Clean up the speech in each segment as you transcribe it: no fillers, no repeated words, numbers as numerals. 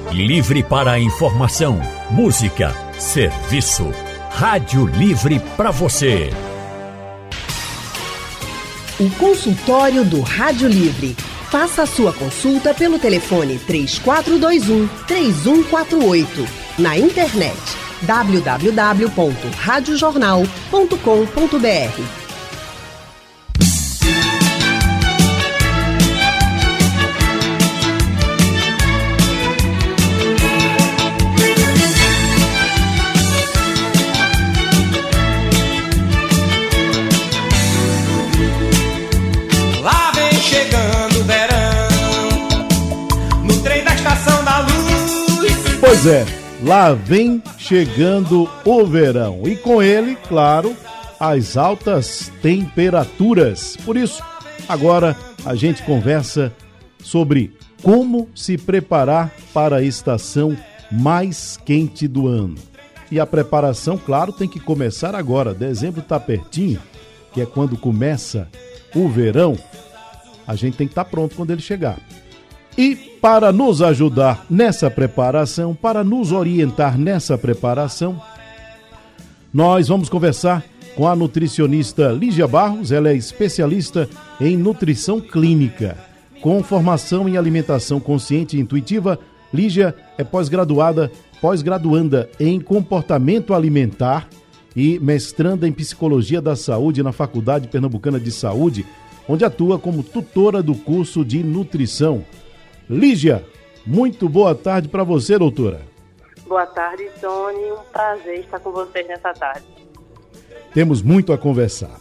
Livre para a informação, música, serviço. Rádio Livre para você. O consultório do Rádio Livre. Faça a sua consulta pelo telefone 3421-3148. Na internet www.radiojornal.com.br. Pois é, lá vem chegando o verão e com ele, claro, as altas temperaturas. Por isso, agora a gente conversa sobre como se preparar para a estação mais quente do ano. E a preparação, claro, tem que começar agora. Dezembro está pertinho, que é quando começa o verão. A gente tem que estar pronto quando ele chegar. E para nos ajudar nessa preparação, para nos orientar nessa preparação, nós vamos conversar com a nutricionista Lígia Barros. Ela é especialista em nutrição clínica, com formação em alimentação consciente e intuitiva. Lígia é pós-graduanda em comportamento alimentar e mestranda em psicologia da saúde na Faculdade Pernambucana de Saúde, onde atua como tutora do curso de nutrição. Lígia, muito boa tarde para você, doutora. Boa tarde, Tony. Um prazer estar com vocês nessa tarde. Temos muito a conversar.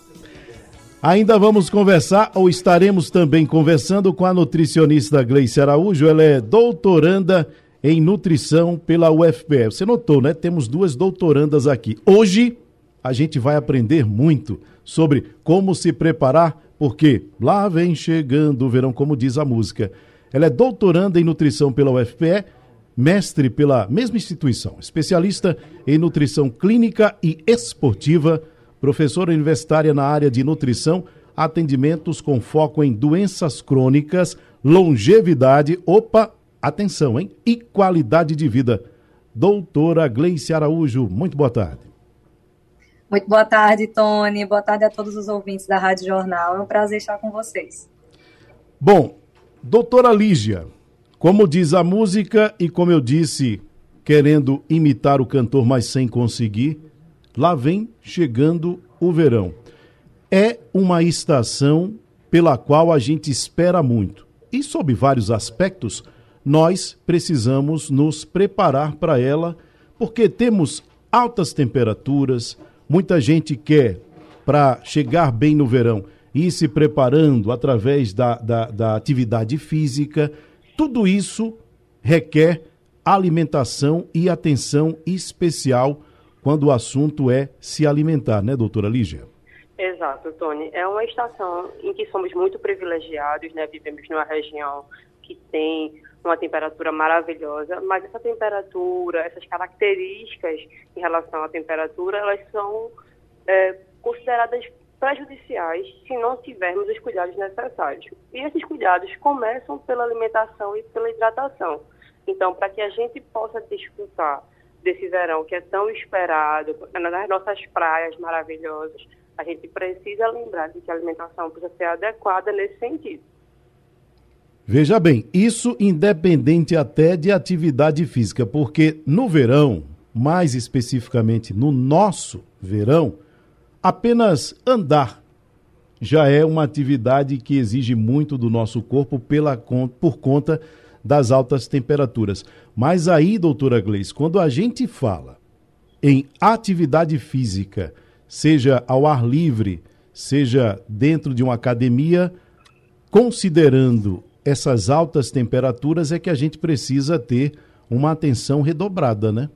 Ainda vamos conversar, ou estaremos também conversando com a nutricionista Gleice Araújo. Ela é doutoranda em nutrição pela UFPE. Você notou, né? Temos duas doutorandas aqui. Hoje a gente vai aprender muito sobre como se preparar, porque lá vem chegando o verão, como diz a música. Ela é doutoranda em nutrição pela UFPE, mestre pela mesma instituição, especialista em nutrição clínica e esportiva, professora universitária na área de nutrição, atendimentos com foco em doenças crônicas, longevidade, atenção, hein? E qualidade de vida. Doutora Gleice Araújo, muito boa tarde. Muito boa tarde, Tony. Boa tarde a todos os ouvintes da Rádio Jornal. É um prazer estar com vocês. Bom, doutora Lígia, como diz a música e como eu disse, querendo imitar o cantor, mas sem conseguir, lá vem chegando o verão. É uma estação pela qual a gente espera muito. E sob vários aspectos, nós precisamos nos preparar para ela, porque temos altas temperaturas, muita gente quer, para chegar bem no verão, ir se preparando através da atividade física. Tudo isso requer alimentação e atenção especial quando o assunto é se alimentar, né, doutora Lígia? Exato, Tony. É uma estação em que somos muito privilegiados, né? Vivemos numa região que tem uma temperatura maravilhosa, mas essa temperatura, essas características em relação à temperatura, elas são consideradas prejudiciais se não tivermos os cuidados necessários. E esses cuidados começam pela alimentação e pela hidratação. Então, para que a gente possa desfrutar desse verão que é tão esperado, nas nossas praias maravilhosas, a gente precisa lembrar de que a alimentação precisa ser adequada nesse sentido. Veja bem, isso independente até de atividade física, porque no verão, mais especificamente no nosso verão, apenas andar já é uma atividade que exige muito do nosso corpo por conta das altas temperaturas. Mas aí, doutora Gleice, quando a gente fala em atividade física, seja ao ar livre, seja dentro de uma academia, considerando essas altas temperaturas, é que a gente precisa ter uma atenção redobrada, né?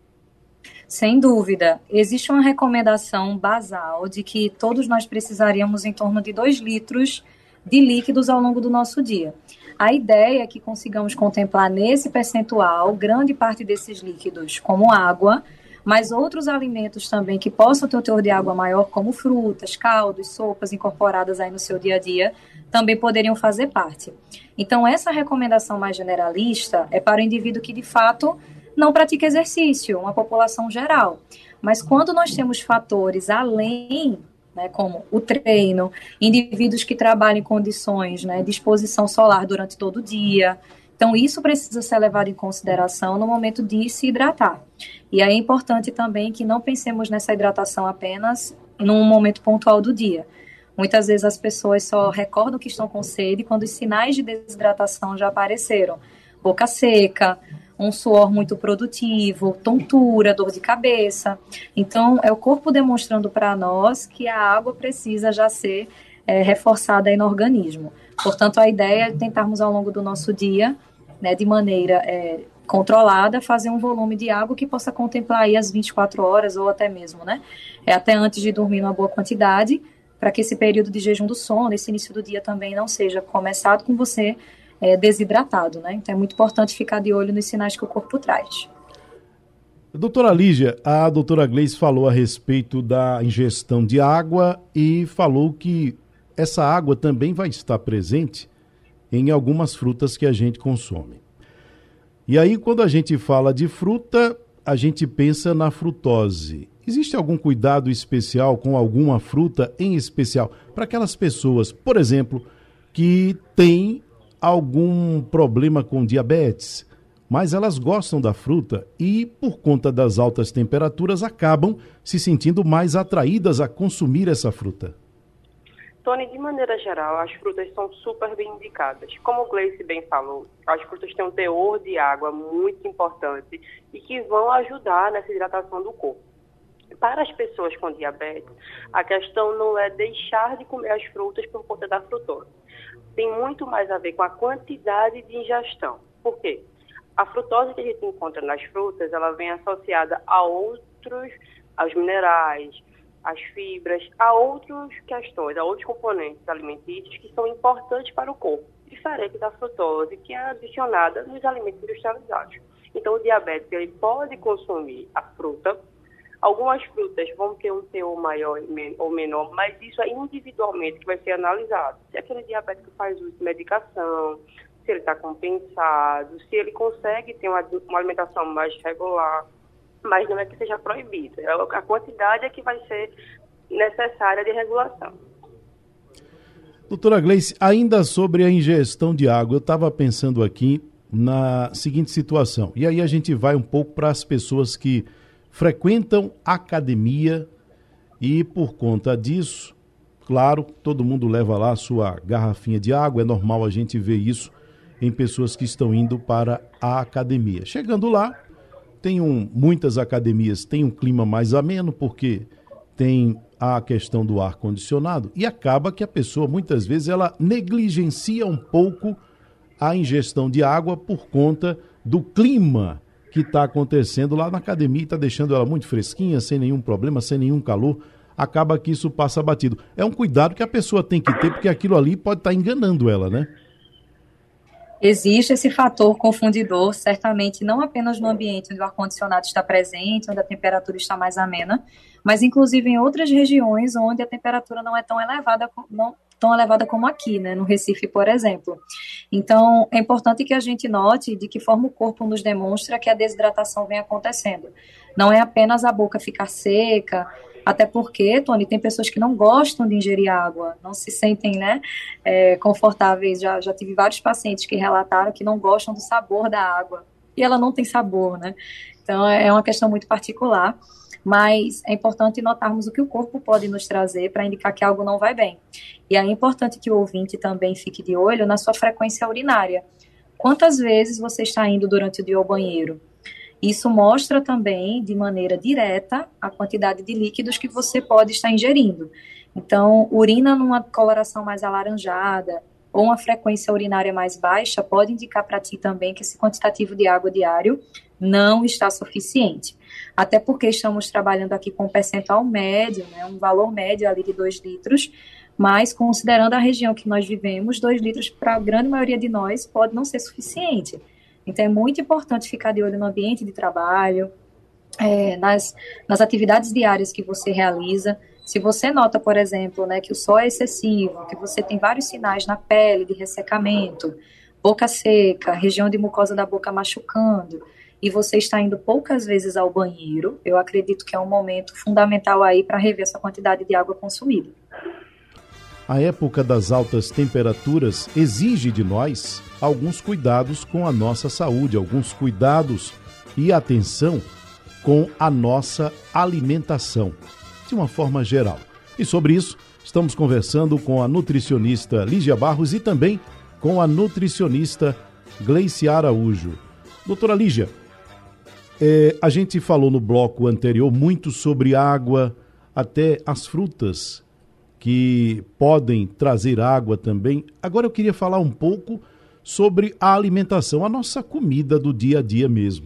Sem dúvida. Existe uma recomendação basal de que todos nós precisaríamos em torno de 2 litros de líquidos ao longo do nosso dia. A ideia é que consigamos contemplar nesse percentual grande parte desses líquidos como água, mas outros alimentos também que possam ter um teor de água maior, como frutas, caldos, sopas incorporadas aí no seu dia a dia, também poderiam fazer parte. Então, essa recomendação mais generalista é para o indivíduo que, de fato, não pratica exercício, uma população geral. Mas quando nós temos fatores além, né, como o treino, indivíduos que trabalham em condições, né, de exposição solar durante todo o dia, então isso precisa ser levado em consideração no momento de se hidratar. E aí é importante também que não pensemos nessa hidratação apenas num momento pontual do dia. Muitas vezes as pessoas só recordam que estão com sede quando os sinais de desidratação já apareceram. Boca seca, um suor muito produtivo, tontura, dor de cabeça. Então, é o corpo demonstrando para nós que a água precisa já ser reforçada aí no organismo. Portanto, a ideia é tentarmos ao longo do nosso dia, né, de maneira controlada, fazer um volume de água que possa contemplar aí as 24 horas ou até mesmo, né, até antes de dormir numa boa quantidade, para que esse período de jejum do sono, esse início do dia também não seja começado com você desidratado, né? Então é muito importante ficar de olho nos sinais que o corpo traz. Doutora Lígia, a doutora Gleice falou a respeito da ingestão de água e falou que essa água também vai estar presente em algumas frutas que a gente consome. E aí, quando a gente fala de fruta, a gente pensa na frutose. Existe algum cuidado especial com alguma fruta em especial para aquelas pessoas, por exemplo, que têm algum problema com diabetes, mas elas gostam da fruta e, por conta das altas temperaturas, acabam se sentindo mais atraídas a consumir essa fruta? Tony, de maneira geral, as frutas são super bem indicadas. Como o Gleice bem falou, as frutas têm um teor de água muito importante e que vão ajudar nessa hidratação do corpo. Para as pessoas com diabetes, a questão não é deixar de comer as frutas por conta da frutose. Tem muito mais a ver com a quantidade de ingestão. Por quê? A frutose que a gente encontra nas frutas, ela vem associada aos minerais, às fibras, a outras questões, a outros componentes alimentícios que são importantes para o corpo, diferente da frutose, que é adicionada nos alimentos industrializados. Então, o diabético, ele pode consumir a fruta. Algumas frutas vão ter um teor maior ou menor, mas isso é individualmente que vai ser analisado. Se aquele diabético faz uso de medicação, se ele está compensado, se ele consegue ter uma alimentação mais regular, mas não é que seja proibido. A quantidade é que vai ser necessária de regulação. Doutora Gleice, ainda sobre a ingestão de água, eu estava pensando aqui na seguinte situação, e aí a gente vai um pouco para as pessoas que frequentam academia e, por conta disso, claro, todo mundo leva lá a sua garrafinha de água, é normal a gente ver isso em pessoas que estão indo para a academia. Chegando lá, muitas academias têm um clima mais ameno, porque tem a questão do ar-condicionado, e acaba que a pessoa, muitas vezes, ela negligencia um pouco a ingestão de água por conta do clima que está acontecendo lá na academia, está deixando ela muito fresquinha, sem nenhum problema, sem nenhum calor, acaba que isso passa batido. É um cuidado que a pessoa tem que ter, porque aquilo ali pode estar enganando ela, né? Existe esse fator confundidor, certamente não apenas no ambiente onde o ar-condicionado está presente, onde a temperatura está mais amena, mas inclusive em outras regiões onde a temperatura não é tão elevada como aqui, né, no Recife, por exemplo. Então, é importante que a gente note de que forma o corpo nos demonstra que a desidratação vem acontecendo. Não é apenas a boca ficar seca, até porque, Tony, tem pessoas que não gostam de ingerir água, não se sentem, né, confortáveis. Já tive vários pacientes que relataram que não gostam do sabor da água, e ela não tem sabor, né? Então, é uma questão muito particular, mas é importante notarmos o que o corpo pode nos trazer para indicar que algo não vai bem. E aí é importante que o ouvinte também fique de olho na sua frequência urinária. Quantas vezes você está indo durante o dia ao banheiro? Isso mostra também, de maneira direta, a quantidade de líquidos que você pode estar ingerindo. Então, urina numa coloração mais alaranjada ou uma frequência urinária mais baixa pode indicar para ti também que esse quantitativo de água diário não está suficiente. Até porque estamos trabalhando aqui com um percentual médio, né, um valor médio ali de 2 litros, mas considerando a região que nós vivemos, 2 litros para a grande maioria de nós pode não ser suficiente. Então é muito importante ficar de olho no ambiente de trabalho, nas atividades diárias que você realiza. Se você nota, por exemplo, né, que o sol é excessivo, que você tem vários sinais na pele de ressecamento, boca seca, região de mucosa da boca machucando, e você está indo poucas vezes ao banheiro, eu acredito que é um momento fundamental aí para rever essa quantidade de água consumida. A época das altas temperaturas exige de nós alguns cuidados com a nossa saúde, alguns cuidados e atenção com a nossa alimentação, de uma forma geral. E sobre isso, estamos conversando com a nutricionista Lígia Barros e também com a nutricionista Gleice Araújo. Doutora Lígia, a gente falou no bloco anterior muito sobre água, até as frutas que podem trazer água também. Agora eu queria falar um pouco sobre a alimentação, a nossa comida do dia a dia mesmo.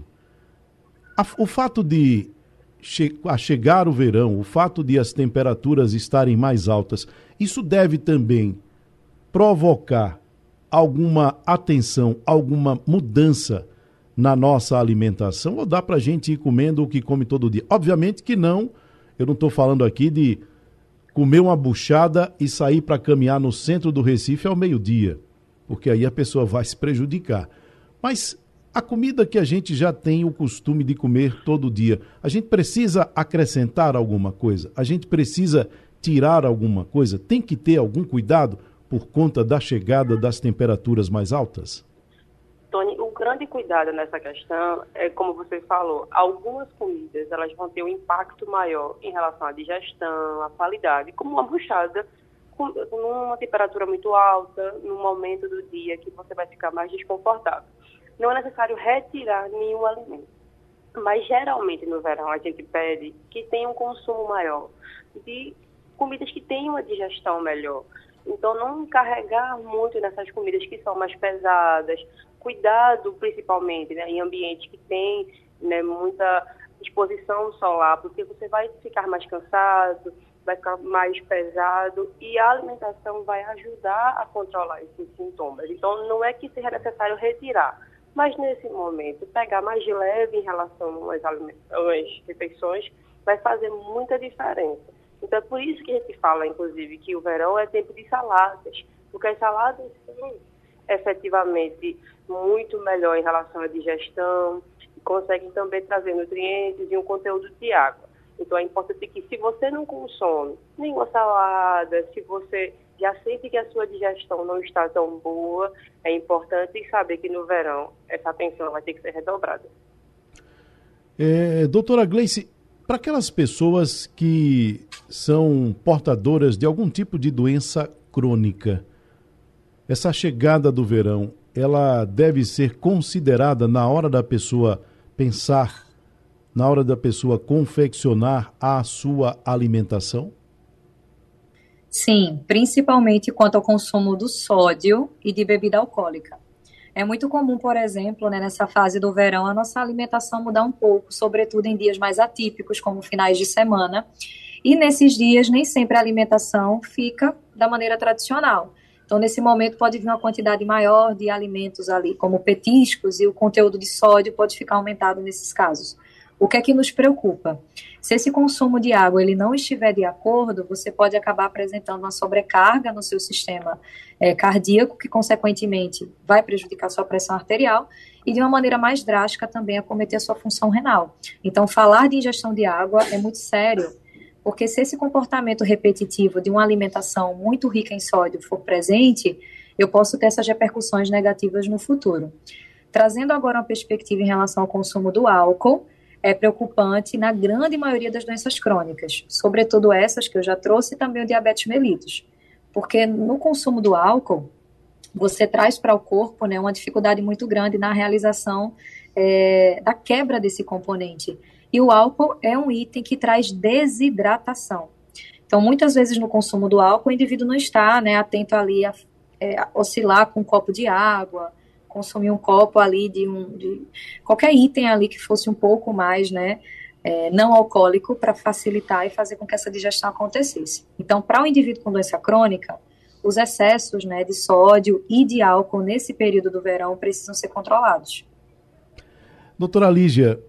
O fato de chegar o verão, o fato de as temperaturas estarem mais altas, isso deve também provocar alguma atenção, alguma mudança na nossa alimentação, ou dá para a gente ir comendo o que come todo dia? Obviamente que não, eu não estou falando aqui de comer uma buchada e sair para caminhar no centro do Recife ao meio-dia, porque aí a pessoa vai se prejudicar. Mas a comida que a gente já tem o costume de comer todo dia, a gente precisa acrescentar alguma coisa? A gente precisa tirar alguma coisa? Tem que ter algum cuidado por conta da chegada das temperaturas mais altas? Tony, o grande cuidado nessa questão é, como você falou, algumas comidas elas vão ter um impacto maior em relação à digestão, à qualidade, como uma buchada numa temperatura muito alta, num momento do dia que você vai ficar mais desconfortável. Não é necessário retirar nenhum alimento, mas geralmente no verão a gente pede que tenha um consumo maior de comidas que tenham uma digestão melhor. Então, não carregar muito nessas comidas que são mais pesadas. Cuidado, principalmente, né, em ambientes que tem, né, muita exposição solar, porque você vai ficar mais cansado, vai ficar mais pesado e a alimentação vai ajudar a controlar esses sintomas. Então, não é que seja necessário retirar, mas nesse momento, pegar mais de leve em relação às refeições vai fazer muita diferença. Então, é por isso que a gente fala, inclusive, que o verão é tempo de saladas, porque as saladas são efetivamente muito melhor em relação à digestão, conseguem também trazer nutrientes e um conteúdo de água. Então, é importante que, se você não consome nenhuma salada, se você já sente que a sua digestão não está tão boa, é importante saber que no verão essa atenção vai ter que ser redobrada. Doutora Gleice, para aquelas pessoas que são portadoras de algum tipo de doença crônica, essa chegada do verão, ela deve ser considerada na hora da pessoa pensar, na hora da pessoa confeccionar a sua alimentação? Sim, principalmente quanto ao consumo do sódio e de bebida alcoólica. É muito comum, por exemplo, né, nessa fase do verão, a nossa alimentação mudar um pouco, sobretudo em dias mais atípicos, como finais de semana. E nesses dias, nem sempre a alimentação fica da maneira tradicional. Então, nesse momento, pode vir uma quantidade maior de alimentos ali, como petiscos, e o conteúdo de sódio pode ficar aumentado nesses casos. O que é que nos preocupa? Se esse consumo de água ele não estiver de acordo, você pode acabar apresentando uma sobrecarga no seu sistema cardíaco, que, consequentemente, vai prejudicar a sua pressão arterial e, de uma maneira mais drástica, também acometer a sua função renal. Então, falar de ingestão de água é muito sério, porque se esse comportamento repetitivo de uma alimentação muito rica em sódio for presente, eu posso ter essas repercussões negativas no futuro. Trazendo agora uma perspectiva em relação ao consumo do álcool, é preocupante na grande maioria das doenças crônicas, sobretudo essas que eu já trouxe e também o diabetes mellitus, porque no consumo do álcool, você traz para o corpo, né, uma dificuldade muito grande na realização da quebra desse componente. E o álcool é um item que traz desidratação. Então, muitas vezes no consumo do álcool, o indivíduo não está, né, atento ali a oscilar com um copo de água, consumir um copo ali de qualquer item ali que fosse um pouco mais, né, não alcoólico, para facilitar e fazer com que essa digestão acontecesse. Então, para o indivíduo com doença crônica, os excessos, né, de sódio e de álcool nesse período do verão precisam ser controlados. Doutora Lígia,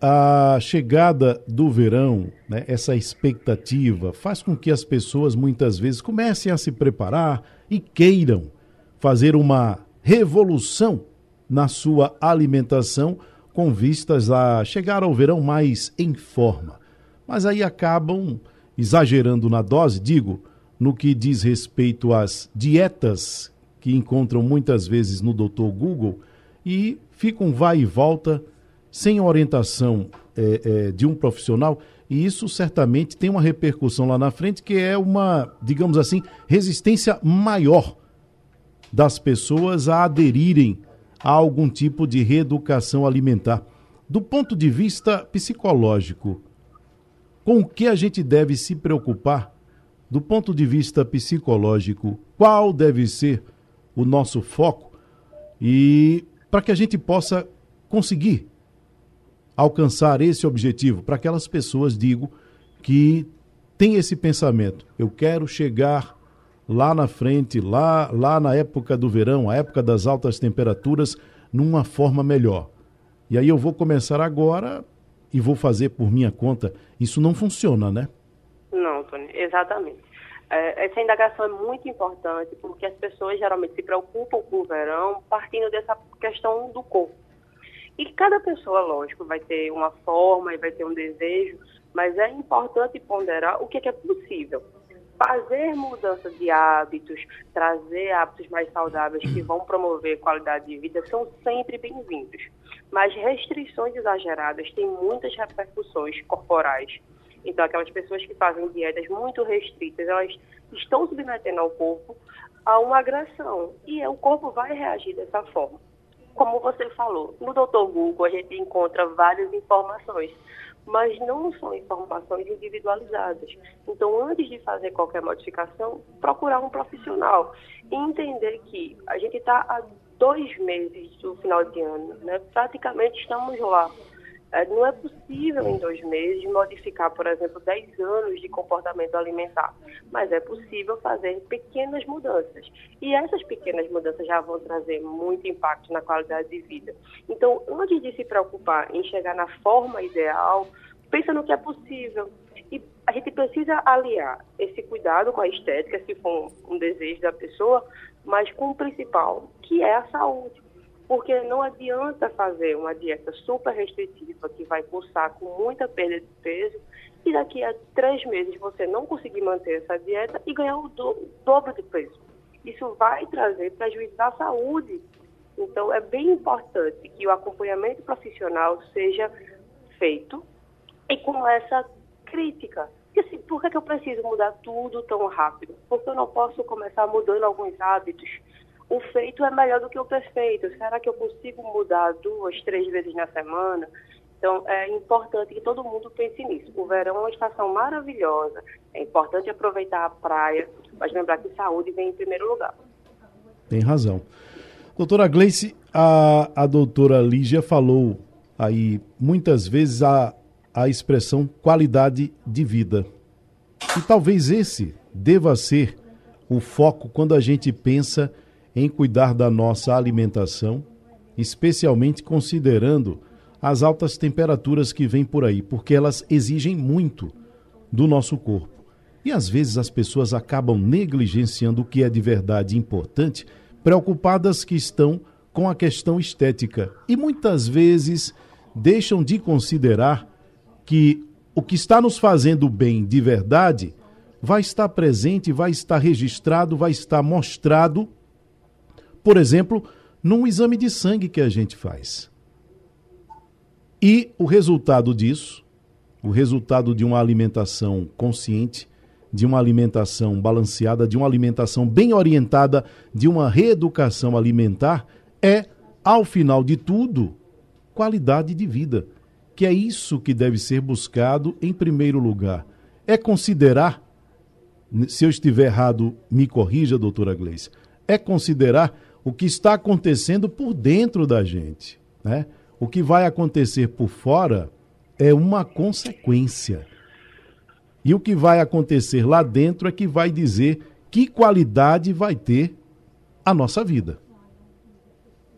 a chegada do verão, né, essa expectativa, faz com que as pessoas muitas vezes comecem a se preparar e queiram fazer uma revolução na sua alimentação com vistas a chegar ao verão mais em forma. Mas aí acabam exagerando na dose, digo, no que diz respeito às dietas que encontram muitas vezes no Dr. Google e ficam vai e volta sem orientação de um profissional, e isso certamente tem uma repercussão lá na frente que é uma, digamos assim, resistência maior das pessoas a aderirem a algum tipo de reeducação alimentar. Do ponto de vista psicológico, com o que a gente deve se preocupar? Do ponto de vista psicológico, qual deve ser o nosso foco e para que a gente possa conseguir alcançar esse objetivo, para aquelas pessoas, digo, que têm esse pensamento, eu quero chegar lá na frente, lá na época do verão, a época das altas temperaturas, numa forma melhor. E aí eu vou começar agora e vou fazer por minha conta. Isso não funciona, né? Não, Tony, exatamente. Essa indagação é muito importante porque as pessoas geralmente se preocupam com o verão partindo dessa questão do corpo. E cada pessoa, lógico, vai ter uma forma e vai ter um desejo, mas é importante ponderar o que é possível. Fazer mudança de hábitos, trazer hábitos mais saudáveis que vão promover qualidade de vida são sempre bem-vindos. Mas restrições exageradas têm muitas repercussões corporais. Então, aquelas pessoas que fazem dietas muito restritas, elas estão submetendo ao corpo a uma agressão. E o corpo vai reagir dessa forma. Como você falou, no Dr. Google a gente encontra várias informações, mas não são informações individualizadas. Então, antes de fazer qualquer modificação, procurar um profissional e entender que a gente está há 2 meses do final de ano, né? Praticamente estamos lá. Não é possível em 2 meses modificar, por exemplo, 10 anos de comportamento alimentar, mas é possível fazer pequenas mudanças. E essas pequenas mudanças já vão trazer muito impacto na qualidade de vida. Então, antes de se preocupar em chegar na forma ideal, pensa no que é possível. E a gente precisa aliar esse cuidado com a estética, se for um desejo da pessoa, mas com o principal, que é a saúde. Porque não adianta fazer uma dieta super restritiva que vai cursar com muita perda de peso e daqui a 3 meses você não conseguir manter essa dieta e ganhar o dobro de peso. Isso vai trazer prejuízo à saúde. Então, é bem importante que o acompanhamento profissional seja feito e com essa crítica. Porque, assim, por que eu preciso mudar tudo tão rápido? Porque eu não posso começar mudando alguns hábitos. O feito é melhor do que o perfeito. Será que eu consigo mudar 2, 3 vezes na semana? Então, é importante que todo mundo pense nisso. O verão é uma estação maravilhosa. É importante aproveitar a praia, mas lembrar que saúde vem em primeiro lugar. Tem razão. Doutora Gleice, a doutora Lígia falou aí muitas vezes a expressão qualidade de vida. E talvez esse deva ser o foco quando a gente pensa em cuidar da nossa alimentação, especialmente considerando as altas temperaturas que vêm por aí, porque elas exigem muito do nosso corpo. E às vezes as pessoas acabam negligenciando o que é de verdade importante, preocupadas que estão com a questão estética. E muitas vezes deixam de considerar que o que está nos fazendo bem de verdade vai estar presente, vai estar registrado, vai estar mostrado, por exemplo, num exame de sangue que a gente faz. E o resultado disso, o resultado de uma alimentação consciente, de uma alimentação balanceada, de uma alimentação bem orientada, de uma reeducação alimentar, é, ao final de tudo, qualidade de vida. Que é isso que deve ser buscado em primeiro lugar. É considerar, se eu estiver errado, me corrija, doutora Gleice, é considerar o que está acontecendo por dentro da gente, né? O que vai acontecer por fora é uma consequência. E o que vai acontecer lá dentro é que vai dizer que qualidade vai ter a nossa vida.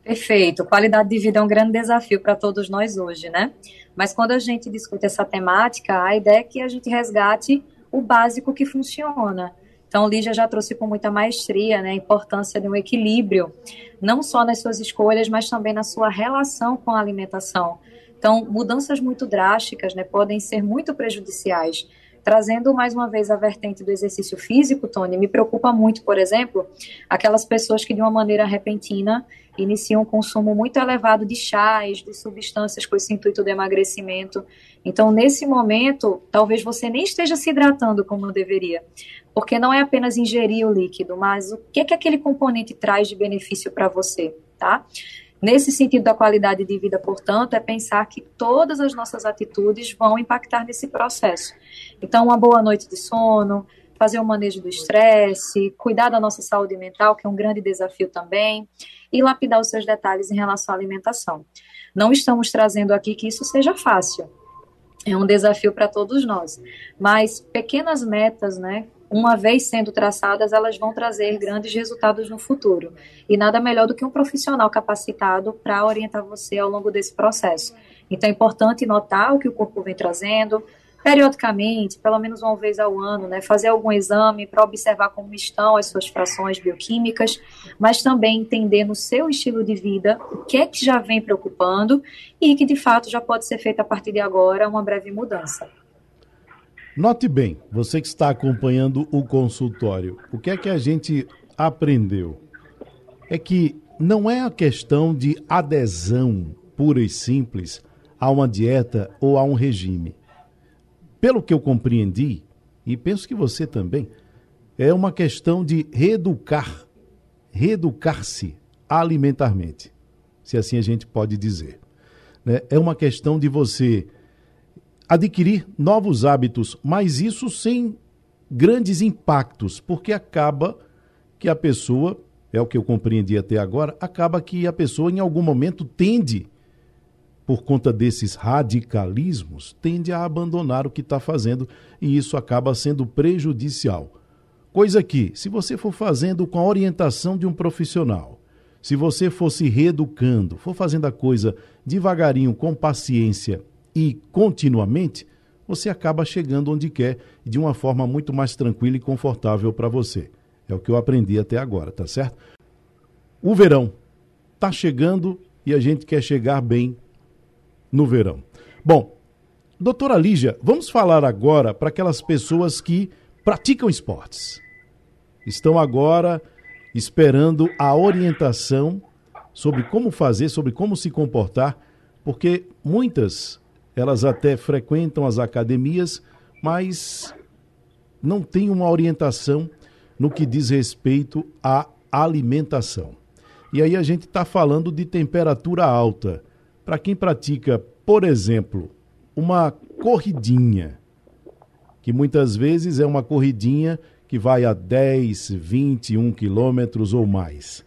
Perfeito. Qualidade de vida é um grande desafio para todos nós hoje, né? Mas quando a gente discute essa temática, a ideia é que a gente resgate o básico que funciona. Então, Lígia já trouxe com muita maestria, né, a importância de um equilíbrio, não só nas suas escolhas, mas também na sua relação com a alimentação. Então, mudanças muito drásticas, né, podem ser muito prejudiciais. Trazendo mais uma vez a vertente do exercício físico, Tony, me preocupa muito, por exemplo, aquelas pessoas que de uma maneira repentina iniciam um consumo muito elevado de chás, de substâncias com esse intuito de emagrecimento. Então, nesse momento, talvez você nem esteja se hidratando como deveria, porque não é apenas ingerir o líquido, mas o que aquele componente traz de benefício para você, tá? Nesse sentido da qualidade de vida, portanto, é pensar que todas as nossas atitudes vão impactar nesse processo. Então, uma boa noite de sono, fazer o manejo do estresse, cuidar da nossa saúde mental, que é um grande desafio também, e lapidar os seus detalhes em relação à alimentação. Não estamos trazendo aqui que isso seja fácil, é um desafio para todos nós, mas pequenas metas, né, uma vez sendo traçadas, elas vão trazer grandes resultados no futuro. E nada melhor do que um profissional capacitado para orientar você ao longo desse processo. Então é importante notar o que o corpo vem trazendo, periodicamente, pelo menos uma vez ao ano, né, fazer algum exame para observar como estão as suas frações bioquímicas, mas também entender no seu estilo de vida o que é que já vem preocupando e que de fato já pode ser feito a partir de agora uma breve mudança. Note bem, você que está acompanhando o consultório, o que é que a gente aprendeu? É que não é a questão de adesão pura e simples a uma dieta ou a um regime. Pelo que eu compreendi, e penso que você também, é uma questão de reeducar-se alimentarmente, se assim a gente pode dizer. É uma questão de você adquirir novos hábitos, mas isso sem grandes impactos, porque acaba que a pessoa, é o que eu compreendi até agora, acaba que a pessoa em algum momento tende, por conta desses radicalismos, tende a abandonar o que está fazendo e isso acaba sendo prejudicial. Coisa que, se você for fazendo com a orientação de um profissional, se você for se reeducando, for fazendo a coisa devagarinho, com paciência e continuamente, você acaba chegando onde quer de uma forma muito mais tranquila e confortável para você. É o que eu aprendi até agora, tá certo? O verão está chegando e a gente quer chegar bem no verão. Bom, doutora Lígia, vamos falar agora para aquelas pessoas que praticam esportes. Estão agora esperando a orientação sobre como fazer, sobre como se comportar, porque muitas, elas até frequentam as academias, mas não têm uma orientação no que diz respeito à alimentação. E aí a gente está falando de temperatura alta. Para quem pratica, por exemplo, uma corridinha, que muitas vezes é uma corridinha que vai a 10, 21 quilômetros ou mais.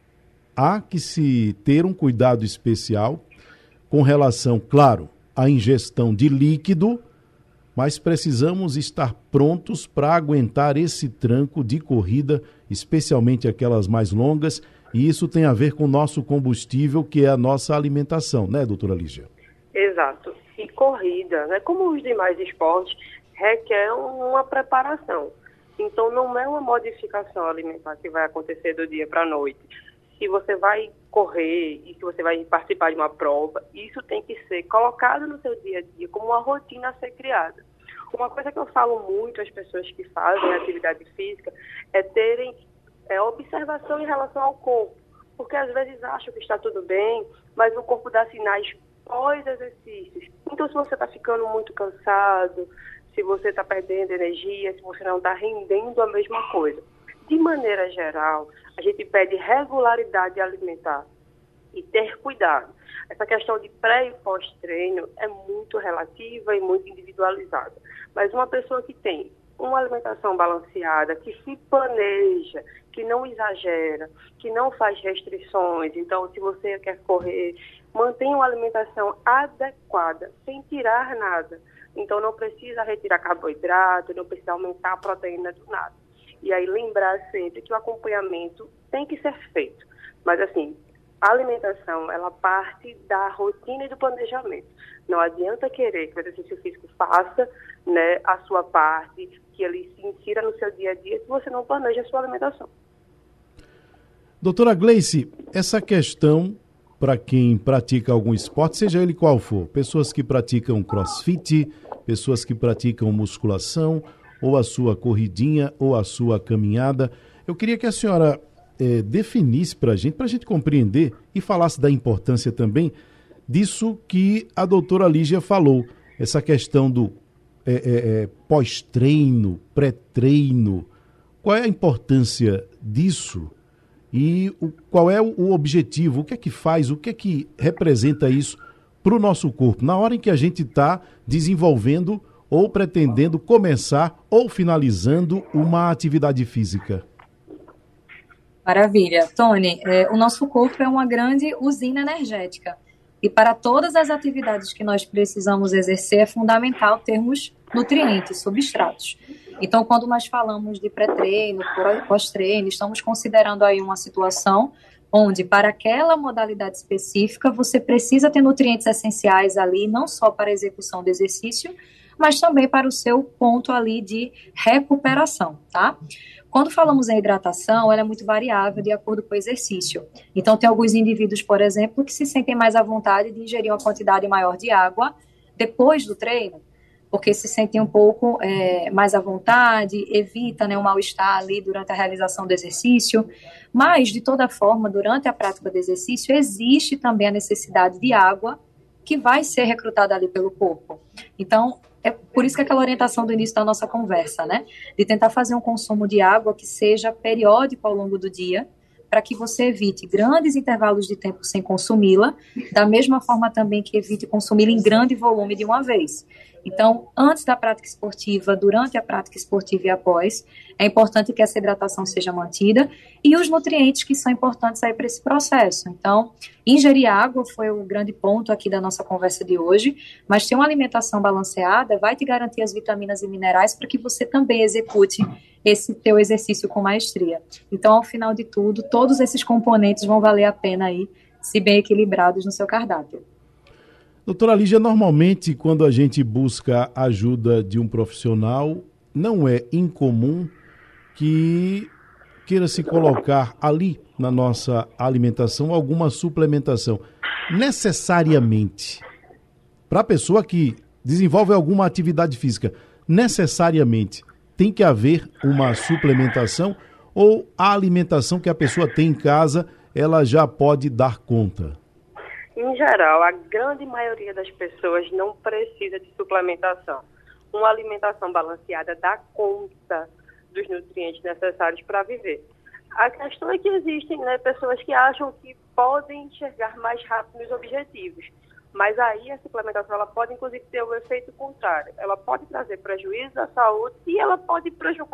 Há que se ter um cuidado especial com relação, claro, à ingestão de líquido, mas precisamos estar prontos para aguentar esse tranco de corrida, especialmente aquelas mais longas, e isso tem a ver com o nosso combustível, que é a nossa alimentação, né, doutora Lígia? Exato. E corrida, né, como os demais esportes, requer uma preparação. Então, não é uma modificação alimentar que vai acontecer do dia para a noite. Se você vai correr e se você vai participar de uma prova, isso tem que ser colocado no seu dia a dia como uma rotina a ser criada. Uma coisa que eu falo muito às pessoas que fazem atividade física é terem observação em relação ao corpo, porque às vezes acham que está tudo bem, mas o corpo dá sinais pós-exercícios. Então, se você está ficando muito cansado, se você está perdendo energia, se você não está rendendo a mesma coisa. De maneira geral, a gente pede regularidade alimentar e ter cuidado. Essa questão de pré e pós-treino é muito relativa e muito individualizada. Mas uma pessoa que tem uma alimentação balanceada, que se planeja, que não exagera, que não faz restrições. Então, se você quer correr, mantenha uma alimentação adequada, sem tirar nada. Então, não precisa retirar carboidrato, não precisa aumentar a proteína do nada. E aí, lembrar sempre que o acompanhamento tem que ser feito. Mas, assim, A alimentação, ela parte da rotina e do planejamento. Não adianta querer que o exercício físico faça, né, a sua parte, que ele se insira no seu dia a dia, se você não planeja a sua alimentação. Doutora Gleice, essa questão para quem pratica algum esporte, seja ele qual for, pessoas que praticam crossfit, pessoas que praticam musculação, ou a sua corridinha, ou a sua caminhada, eu queria que a senhora definisse para a gente compreender e falasse da importância também disso que a doutora Lígia falou, essa questão do pós-treino, pré-treino. Qual é a importância disso e qual é o objetivo, o que é que faz, o que é que representa isso para o nosso corpo, na hora em que a gente está desenvolvendo ou pretendendo começar ou finalizando uma atividade física? Maravilha. Tony, o nosso corpo é uma grande usina energética. E para todas as atividades que nós precisamos exercer, é fundamental termos nutrientes, substratos. Então, quando nós falamos de pré-treino, pós-treino, estamos considerando aí uma situação onde, para aquela modalidade específica, você precisa ter nutrientes essenciais ali, não só para a execução do exercício, mas também para o seu ponto ali de recuperação, tá? Quando falamos em hidratação, ela é muito variável de acordo com o exercício. Então, tem alguns indivíduos, por exemplo, que se sentem mais à vontade de ingerir uma quantidade maior de água depois do treino, porque se sentem um pouco mais à vontade, evita, né, o mal-estar ali durante a realização do exercício. Mas, de toda forma, durante a prática do exercício, existe também a necessidade de água que vai ser recrutada ali pelo corpo. Então, é por isso que aquela orientação do início da nossa conversa, né? De tentar fazer um consumo de água que seja periódico ao longo do dia, para que você evite grandes intervalos de tempo sem consumi-la, da mesma forma também que evite consumi-la em grande volume de uma vez. Então, antes da prática esportiva, durante a prática esportiva e após, é importante que essa hidratação seja mantida e os nutrientes que são importantes aí para esse processo. Então, ingerir água foi o grande ponto aqui da nossa conversa de hoje, mas ter uma alimentação balanceada vai te garantir as vitaminas e minerais para que você também execute esse teu exercício com maestria. Então, ao final de tudo, todos esses componentes vão valer a pena aí, se bem equilibrados no seu cardápio. Doutora Lígia, normalmente quando a gente busca a ajuda de um profissional, não é incomum que queira se colocar ali na nossa alimentação alguma suplementação. Necessariamente, para a pessoa que desenvolve alguma atividade física, necessariamente tem que haver uma suplementação ou a alimentação que a pessoa tem em casa, ela já pode dar conta? Em geral, a grande maioria das pessoas não precisa de suplementação. Uma alimentação balanceada dá conta dos nutrientes necessários para viver. A questão é que existem, né, pessoas que acham que podem enxergar mais rápido os objetivos. Mas aí a suplementação ela pode, inclusive, ter o efeito contrário. Ela pode trazer prejuízo à saúde e ela pode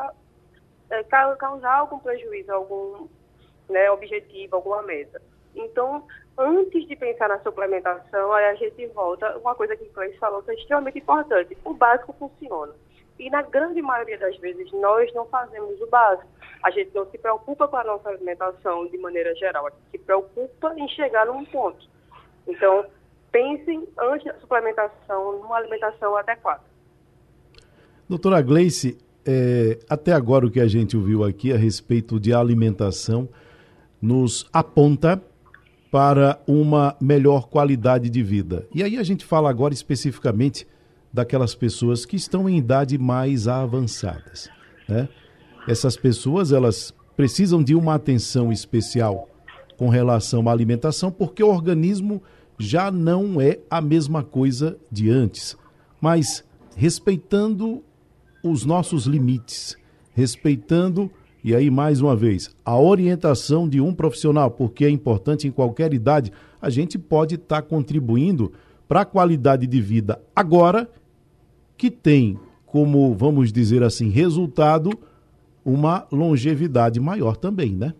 causar algum prejuízo, algum, né, objetivo, alguma meta. Então, antes de pensar na suplementação, aí a gente volta, uma coisa que o Cleiton falou que é extremamente importante, o básico funciona. E na grande maioria das vezes nós não fazemos o básico. A gente não se preocupa com a nossa alimentação de maneira geral, a gente se preocupa em chegar num ponto. Então, pensem antes da suplementação numa alimentação adequada. Doutora Gleice, até agora o que a gente ouviu aqui a respeito de alimentação nos aponta para uma melhor qualidade de vida. E aí a gente fala agora especificamente daquelas pessoas que estão em idade mais avançadas, né? Essas pessoas, elas precisam de uma atenção especial com relação à alimentação, porque o organismo já não é a mesma coisa de antes, mas respeitando os nossos limites, respeitando, e aí mais uma vez, a orientação de um profissional, porque é importante em qualquer idade, a gente pode estar contribuindo para a qualidade de vida agora, que tem como, vamos dizer assim, resultado uma longevidade maior também, né?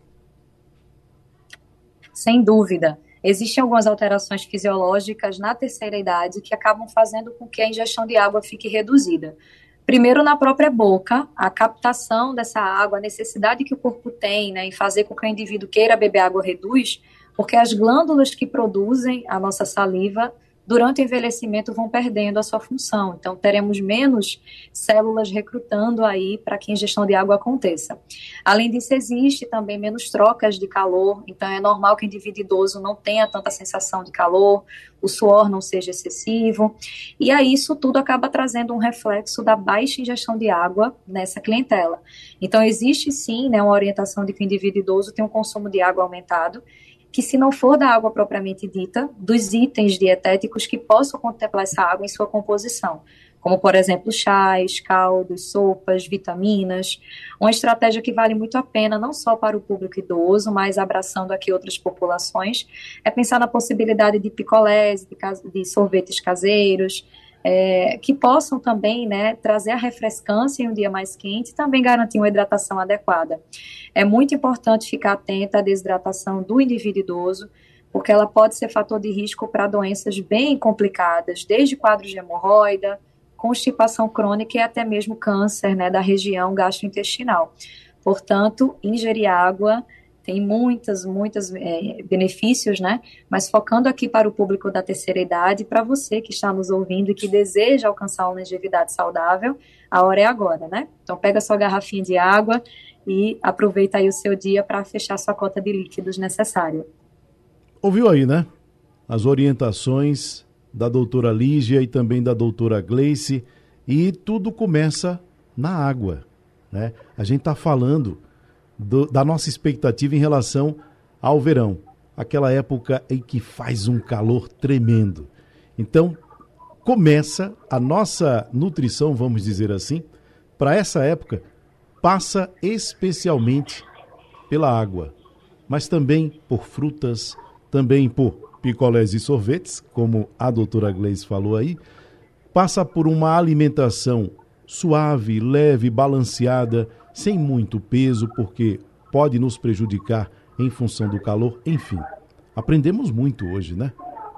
Sem dúvida. Existem algumas alterações fisiológicas na terceira idade que acabam fazendo com que a ingestão de água fique reduzida. Primeiro, na própria boca, a captação dessa água, a necessidade que o corpo tem, né, em fazer com que o indivíduo queira beber água reduz, porque as glândulas que produzem a nossa saliva, durante o envelhecimento, vão perdendo a sua função. Então, teremos menos células recrutando aí para que a ingestão de água aconteça. Além disso, existe também menos trocas de calor. Então, é normal que o indivíduo idoso não tenha tanta sensação de calor, o suor não seja excessivo. E aí, isso tudo acaba trazendo um reflexo da baixa ingestão de água nessa clientela. Então, existe sim, né, uma orientação de que o indivíduo idoso tem um consumo de água aumentado, que se não for da água propriamente dita, dos itens dietéticos que possam contemplar essa água em sua composição, como, por exemplo, chás, caldos, sopas, vitaminas. Uma estratégia que vale muito a pena, não só para o público idoso, mas abraçando aqui outras populações, é pensar na possibilidade de picolés, de sorvetes caseiros, que possam também, né, trazer a refrescância em um dia mais quente e também garantir uma hidratação adequada. É muito importante ficar atenta à desidratação do indivíduo idoso, porque ela pode ser fator de risco para doenças bem complicadas, desde quadros de hemorroida, constipação crônica e até mesmo câncer, né, da região gastrointestinal. Portanto, ingerir água tem muitos benefícios, né? Mas focando aqui para o público da terceira idade, para você que está nos ouvindo e que deseja alcançar uma longevidade saudável, a hora é agora, né? Então pega sua garrafinha de água e aproveita aí o seu dia para fechar sua cota de líquidos necessária. Ouviu aí, né? As orientações da doutora Lígia e também da doutora Gleice, e tudo começa na água, né? A gente está falando da nossa expectativa em relação ao verão, aquela época em que faz um calor tremendo. Então, começa a nossa nutrição, vamos dizer assim, para essa época, passa especialmente pela água, mas também por frutas, também por picolés e sorvetes, como a doutora Gleice falou aí, passa por uma alimentação suave, leve, balanceada, sem muito peso, porque pode nos prejudicar em função do calor. Enfim, aprendemos muito hoje, né?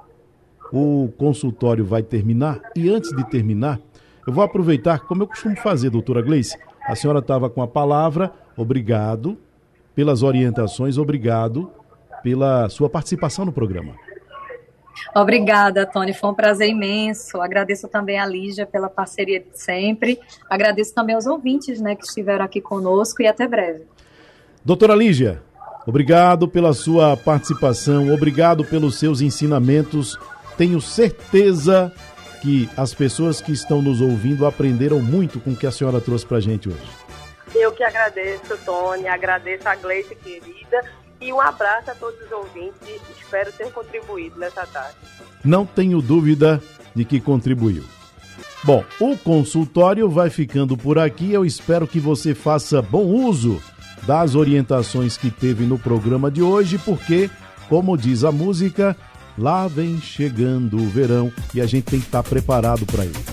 O consultório vai terminar e antes de terminar, eu vou aproveitar, como eu costumo fazer, doutora Gleice. A senhora estava com a palavra, obrigado pelas orientações, obrigado pela sua participação no programa. Obrigada, Tony, foi um prazer imenso. Agradeço também a Lígia pela parceria de sempre. Agradeço também aos ouvintes, né, que estiveram aqui conosco e até breve. Doutora Lígia, obrigado pela sua participação, obrigado pelos seus ensinamentos. Tenho certeza que as pessoas que estão nos ouvindo aprenderam muito com o que a senhora trouxe para a gente hoje. Eu que agradeço, Tony, agradeço a Gleice, querida, e um abraço a todos os ouvintes. Espero ter contribuído nessa tarde. Não tenho dúvida de que contribuiu. Bom, o consultório vai ficando por aqui. Eu espero que você faça bom uso das orientações que teve no programa de hoje, porque, como diz a música, lá vem chegando o verão e a gente tem que estar preparado para ele.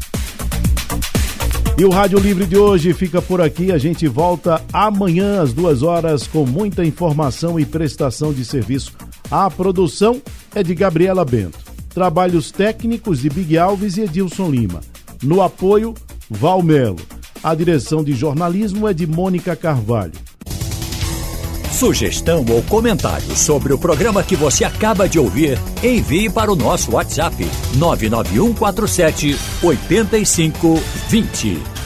E o Rádio Livre de hoje fica por aqui. A gente volta amanhã às 2h com muita informação e prestação de serviço. A produção é de Gabriela Bento. Trabalhos técnicos de Big Alves e Edilson Lima. No apoio, Val Melo. A direção de jornalismo é de Mônica Carvalho. Sugestão ou comentário sobre o programa que você acaba de ouvir, envie para o nosso WhatsApp 99147 8520.